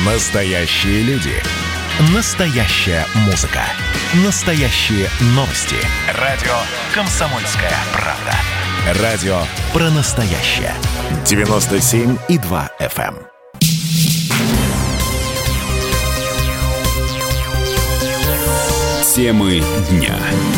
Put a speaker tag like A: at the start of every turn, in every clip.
A: Настоящие люди. Настоящая музыка. Настоящие новости. Радио «Комсомольская правда». Радио про настоящее. 97,2 FM. Темы дня.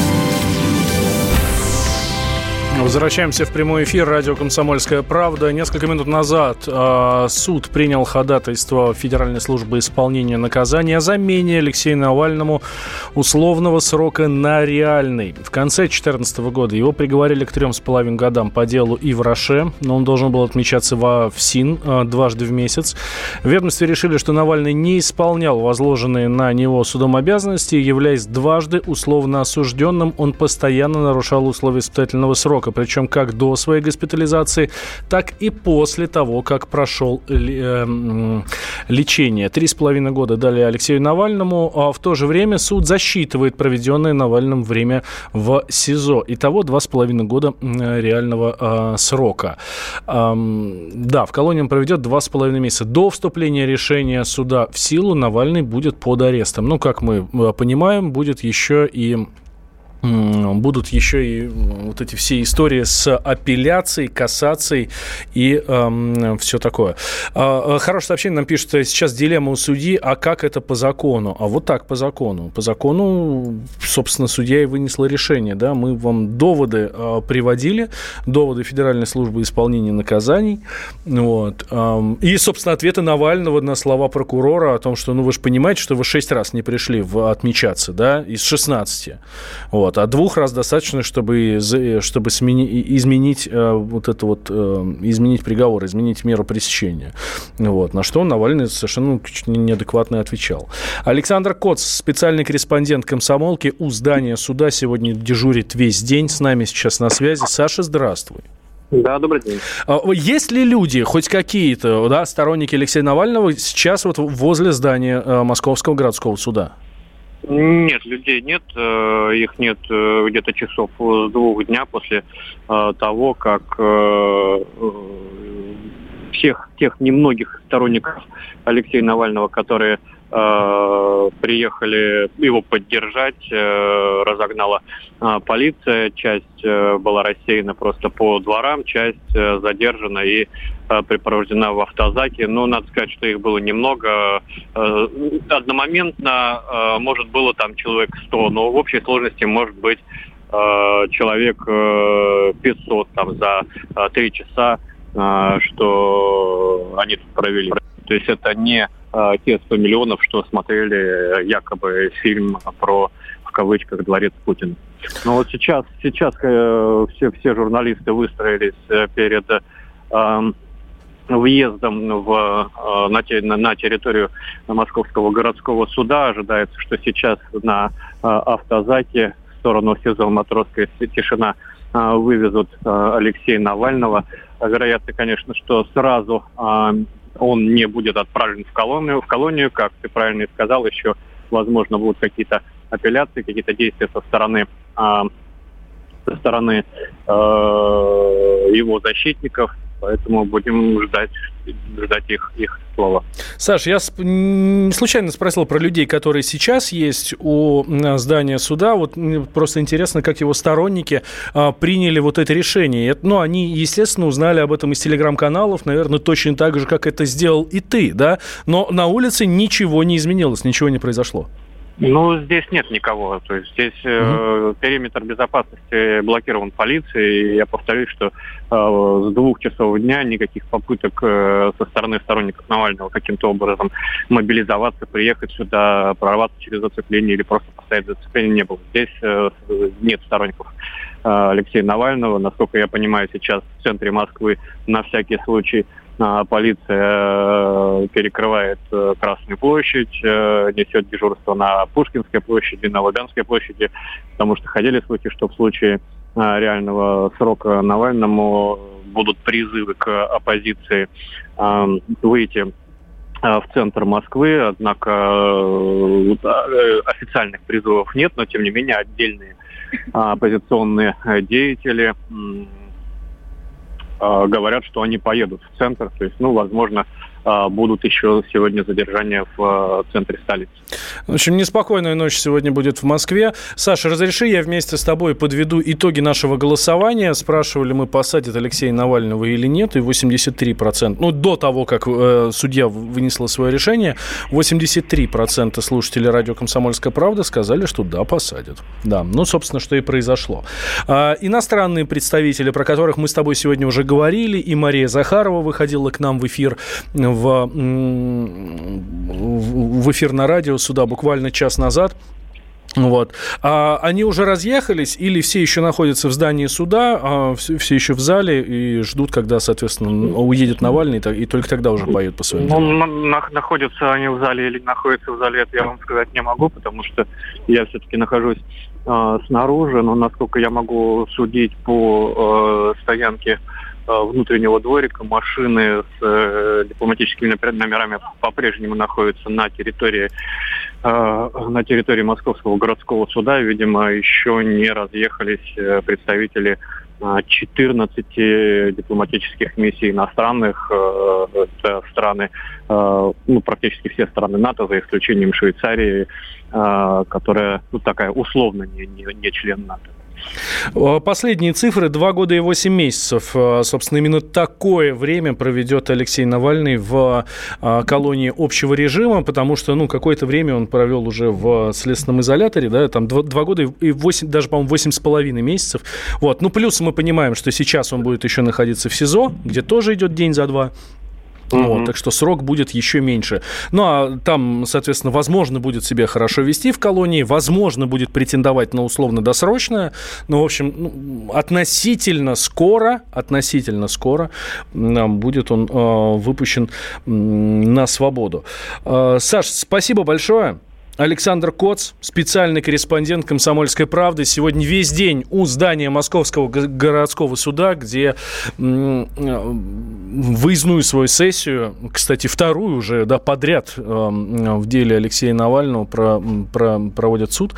B: Возвращаемся в прямой эфир. Радио «Комсомольская правда». Несколько минут назад суд принял ходатайство Федеральной службы исполнения наказания о замене Алексею Навальному условного срока на реальный. В конце 2014 года его приговорили к 3,5 годам по делу Ивраше, но он должен был отмечаться в ФСИН дважды в месяц. В ведомстве решили, что Навальный не исполнял возложенные на него судом обязанности, являясь дважды условно осужденным, он постоянно нарушал условия испытательного срока, причем как до своей госпитализации, так и после того, как прошел лечение. 3,5 года дали Алексею Навальному, а в то же время суд засчитывает проведенное Навальным время в СИЗО. Итого 2,5 года реального срока. Да, в колонии он проведет 2,5 месяца. До вступления решения суда в силу Навальный будет под арестом. Ну, как мы понимаем, будут еще и вот эти все истории с апелляцией, кассацией и все такое. Хорошее сообщение нам пишут: сейчас дилемма у судьи, а как это по закону? А вот так по закону. По закону, собственно, судья и вынесла решение. Да? Мы вам доводы приводили, доводы Федеральной службы исполнения наказаний. Вот. И, собственно, ответы Навального на слова прокурора о том, что, вы же понимаете, что вы 6 раз не пришли отмечаться, да, из 16. Вот. А 2 раз достаточно, чтобы изменить изменить приговор, изменить меру пресечения. Вот. На что Навальный совершенно неадекватно отвечал. Александр Коц, специальный корреспондент «Комсомолки», у здания суда сегодня дежурит весь день. С нами сейчас на связи. Саша, здравствуй.
C: Да, добрый день.
B: Есть ли люди, хоть какие-то, да, сторонники Алексея Навального, сейчас вот возле здания Московского городского суда?
C: Нет, людей нет. Их нет где-то часов с 2 дня после того, как всех тех немногих сторонников Алексея Навального, которые приехали его поддержать, разогнала полиция, часть была рассеяна просто по дворам, часть задержана и припровождена в автозаке. Но надо сказать, что их было немного. Одномоментно, может, было там человек 100, но в общей сложности может быть человек 500 там за 3 часа, что они тут провели. То есть это не те 100 миллионов, что смотрели якобы фильм про, в кавычках, дворец Путина. Но вот сейчас все журналисты выстроились перед въездом на территорию Московского городского суда. Ожидается, что сейчас на автозаке в сторону СИЗО «Матросская тишина» вывезут Алексея Навального. Вероятно, конечно, что сразу он не будет отправлен в колонию, как ты правильно сказал, еще, возможно, будут какие-то апелляции, какие-то действия со стороны его защитников, поэтому будем ждать их слова.
B: Саш, я случайно спросил про людей, которые сейчас есть у здания суда. Вот мне просто интересно, как его сторонники приняли вот это решение. Они, естественно, узнали об этом из телеграм-каналов, наверное, точно так же, как это сделал и ты, да? Но на улице ничего не изменилось, ничего не произошло.
C: Здесь нет никого. То есть здесь периметр безопасности блокирован полицией. Я повторюсь, что с 2 часов дня никаких попыток со стороны сторонников Навального каким-то образом мобилизоваться, приехать сюда, прорваться через зацепление или просто поставить зацепление не было. Здесь нет сторонников Алексея Навального. Насколько я понимаю, сейчас в центре Москвы на всякий случай полиция перекрывает Красную площадь, несет дежурство на Пушкинской площади, на Лубянской площади, потому что ходили слухи, что в случае реального срока Навальному будут призывы к оппозиции выйти в центр Москвы, однако официальных призывов нет, но тем не менее отдельные оппозиционные деятели говорят, что они поедут в центр, то есть, возможно, будут еще сегодня задержания в центре столицы.
B: В общем, неспокойная ночь сегодня будет в Москве. Саша, разреши, я вместе с тобой подведу итоги нашего голосования. Спрашивали мы, посадят Алексея Навального или нет, и 83%, до того, как судья вынесла свое решение, 83% слушателей радио «Комсомольская правда» сказали, что да, посадят. Да, собственно, что и произошло. Иностранные представители, про которых мы с тобой сегодня уже говорили, и Мария Захарова выходила к нам в эфир, в эфир на радио сюда буквально час назад. Они уже разъехались или все еще находятся в здании суда, все еще в зале и ждут, когда, соответственно, уедет Навальный, и только тогда уже поедут по своим делам?
C: Находятся они в зале или находятся в зале, это я вам сказать не могу, потому что я все-таки нахожусь снаружи, но насколько я могу судить по стоянке внутреннего дворика, машины с дипломатическими номерами по-прежнему находятся на территории Московского городского суда. Видимо, еще не разъехались представители 14 дипломатических миссий иностранных. Это страны, практически все страны НАТО, за исключением Швейцарии, которая такая условно не член НАТО.
B: Последние цифры: 2 года и 8 месяцев. Собственно, именно такое время проведет Алексей Навальный в колонии общего режима, потому что, какое-то время он провел уже в следственном изоляторе, да, там 2 года и 8, даже, по-моему, 8,5 месяцев. Плюс мы понимаем, что сейчас он будет еще находиться в СИЗО, где тоже идет день за два. Так что срок будет еще меньше. А там, соответственно, возможно, будет себя хорошо вести в колонии, возможно, будет претендовать на условно-досрочное. В общем, относительно скоро будет он выпущен на свободу. Саш, спасибо большое. Александр Коц, специальный корреспондент «Комсомольской правды», сегодня весь день у здания Московского городского суда, где выездную свою сессию, кстати, вторую уже подряд в деле Алексея Навального проводят суд.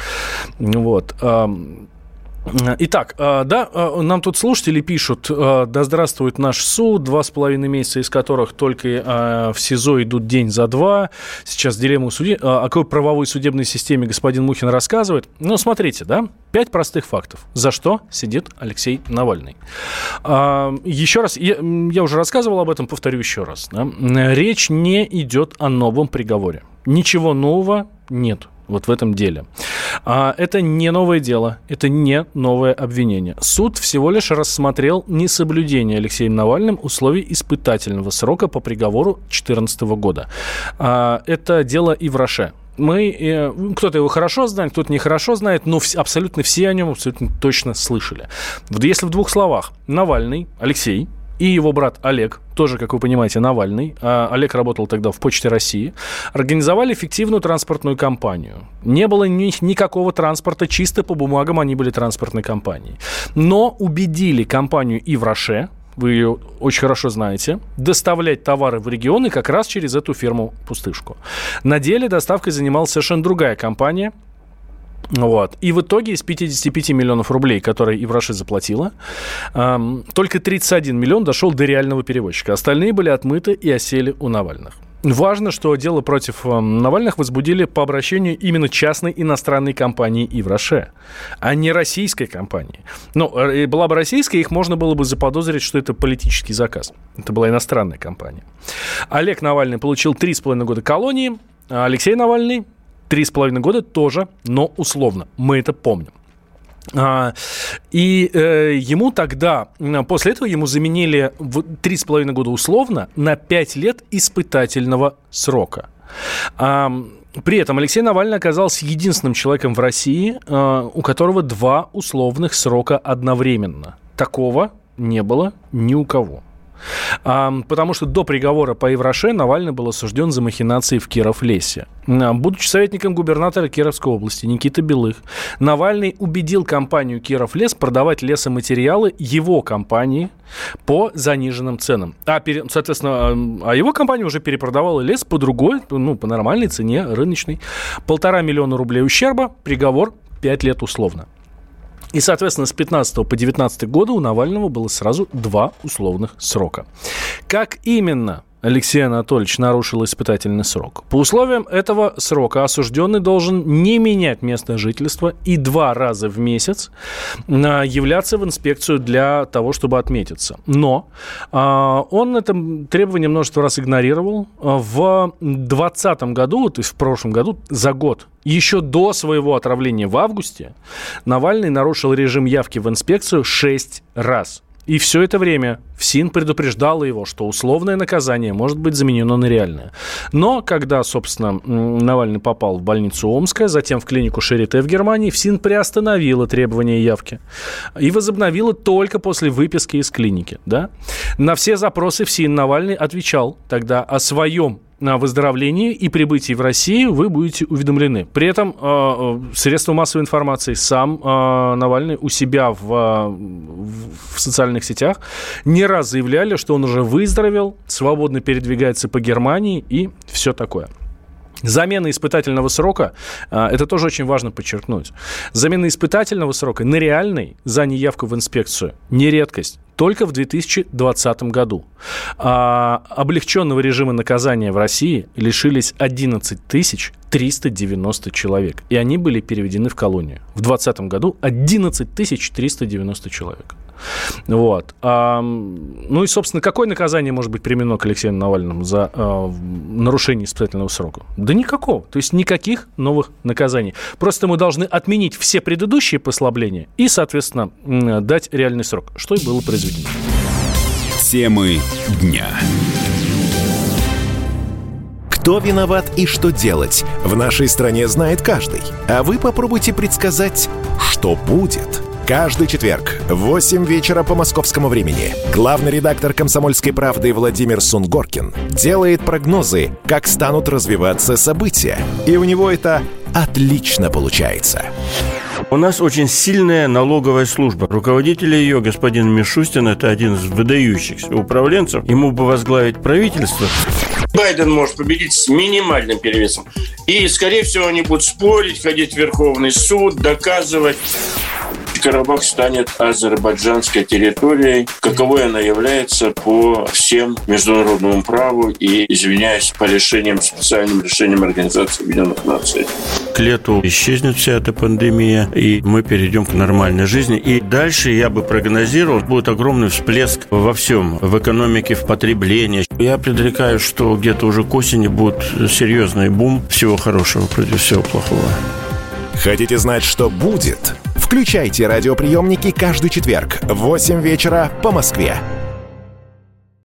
B: Итак, нам тут слушатели пишут: да здравствует наш суд, 2,5 месяца из которых только в СИЗО идут день за два. Сейчас дилемма судьи. О какой правовой судебной системе господин Мухин рассказывает? Смотрите, 5 простых фактов. За что сидит Алексей Навальный? Еще раз, я уже рассказывал об этом, повторю еще раз. Речь не идет о новом приговоре. Ничего нового нет в этом деле. Это не новое дело, это не новое обвинение. Суд всего лишь рассмотрел несоблюдение Алексеем Навальным условий испытательного срока по приговору 2014 года. Это дело Ивраше. Кто-то его хорошо знает, кто-то нехорошо знает, но абсолютно все о нем абсолютно точно слышали. Если в 2 словах: Навальный, Алексей, и его брат Олег, тоже, как вы понимаете, Навальный, Олег работал тогда в Почте России, организовали фиктивную транспортную компанию. Не было никакого транспорта, чисто по бумагам они были транспортной компанией. Но убедили компанию Ивраше, вы ее очень хорошо знаете, доставлять товары в регионы как раз через эту фирму «Пустышку». На деле доставкой занималась совершенно другая компания. И в итоге из 55 миллионов рублей, которые Ивраше заплатила, только 31 миллион дошел до реального перевозчика. Остальные были отмыты и осели у Навальных. Важно, что дело против Навальных возбудили по обращению именно частной иностранной компании Ивраше, а не российской компании. Была бы российская, их можно было бы заподозрить, что это политический заказ. Это была иностранная компания. Олег Навальный получил 3,5 года колонии, а Алексей Навальный 3,5 года тоже, но условно. Мы это помним. И ему тогда, после этого ему заменили 3,5 года условно на 5 лет испытательного срока. При этом Алексей Навальный оказался единственным человеком в России, у которого 2 условных срока одновременно. Такого не было ни у кого. Потому что до приговора по Ивраше Навальный был осужден за махинации в Киров-Лесе. Будучи советником губернатора Кировской области Никиты Белых, Навальный убедил компанию Киров-Лес продавать лесоматериалы его компании по заниженным ценам. Соответственно, его компания уже перепродавала лес по другой, по нормальной цене, рыночной. 1,5 миллиона рублей ущерба, приговор 5 лет условно. И, соответственно, с 15 по 19 года у Навального было сразу 2 условных срока. Как именно Алексей Анатольевич нарушил испытательный срок. По условиям этого срока осужденный должен не менять место жительства и 2 раза в месяц являться в инспекцию для того, чтобы отметиться. Но он это требование множество раз игнорировал. В 2020 году, то есть в прошлом году, за год, еще до своего отравления в августе, Навальный нарушил режим явки в инспекцию 6 раз. И все это время ФСИН предупреждала его, что условное наказание может быть заменено на реальное. Но когда, собственно, Навальный попал в больницу Омская, затем в клинику Шарите в Германии, ФСИН приостановила требование явки и возобновила только после выписки из клиники. Да? На все запросы ФСИН Навальный отвечал тогда о своем выздоровлении и прибытии в Россию вы будете уведомлены. При этом средства массовой информации, сам Навальный у себя в социальных сетях не раз заявляли, что он уже выздоровел, свободно передвигается по Германии и все такое. Замена испытательного срока, это тоже очень важно подчеркнуть, замена испытательного срока на реальный за неявку в инспекцию не редкость. Только в 2020 году. Облегченного режима наказания в России лишились 11 390 человек. И они были переведены в колонию. В 2020 году 11 390 человек. Вот. Ну и, собственно, какое наказание может быть применено к Алексею Навальному за нарушение испытательного срока? Да никакого. То есть никаких новых наказаний. Просто мы должны отменить все предыдущие послабления и, соответственно, дать реальный срок, что и было произведено.
A: Темы дня. Кто виноват и что делать, в нашей стране знает каждый. А вы попробуйте предсказать, что будет. Каждый четверг в 8 вечера по московскому времени главный редактор «Комсомольской правды» Владимир Сунгоркин делает прогнозы, как станут развиваться события. И у него это отлично получается.
D: У нас очень сильная налоговая служба. Руководитель ее, господин Мишустин, это один из выдающихся управленцев. Ему бы возглавить правительство.
E: Байден может победить с минимальным перевесом. И, скорее всего, они будут спорить, ходить в Верховный суд, доказывать. Карабах станет азербайджанской территорией, каковой она является по всем международному праву и, извиняюсь, по специальным решениям Организации Объединенных Наций.
D: К лету исчезнет вся эта пандемия, и мы перейдем к нормальной жизни. И дальше, я бы прогнозировал, будет огромный всплеск во всем, в экономике, в потреблении. Я предрекаю, что где-то уже к осени будет серьезный бум. Всего хорошего против всего плохого.
A: Хотите знать, что будет? Включайте радиоприемники каждый четверг в 8 вечера по Москве.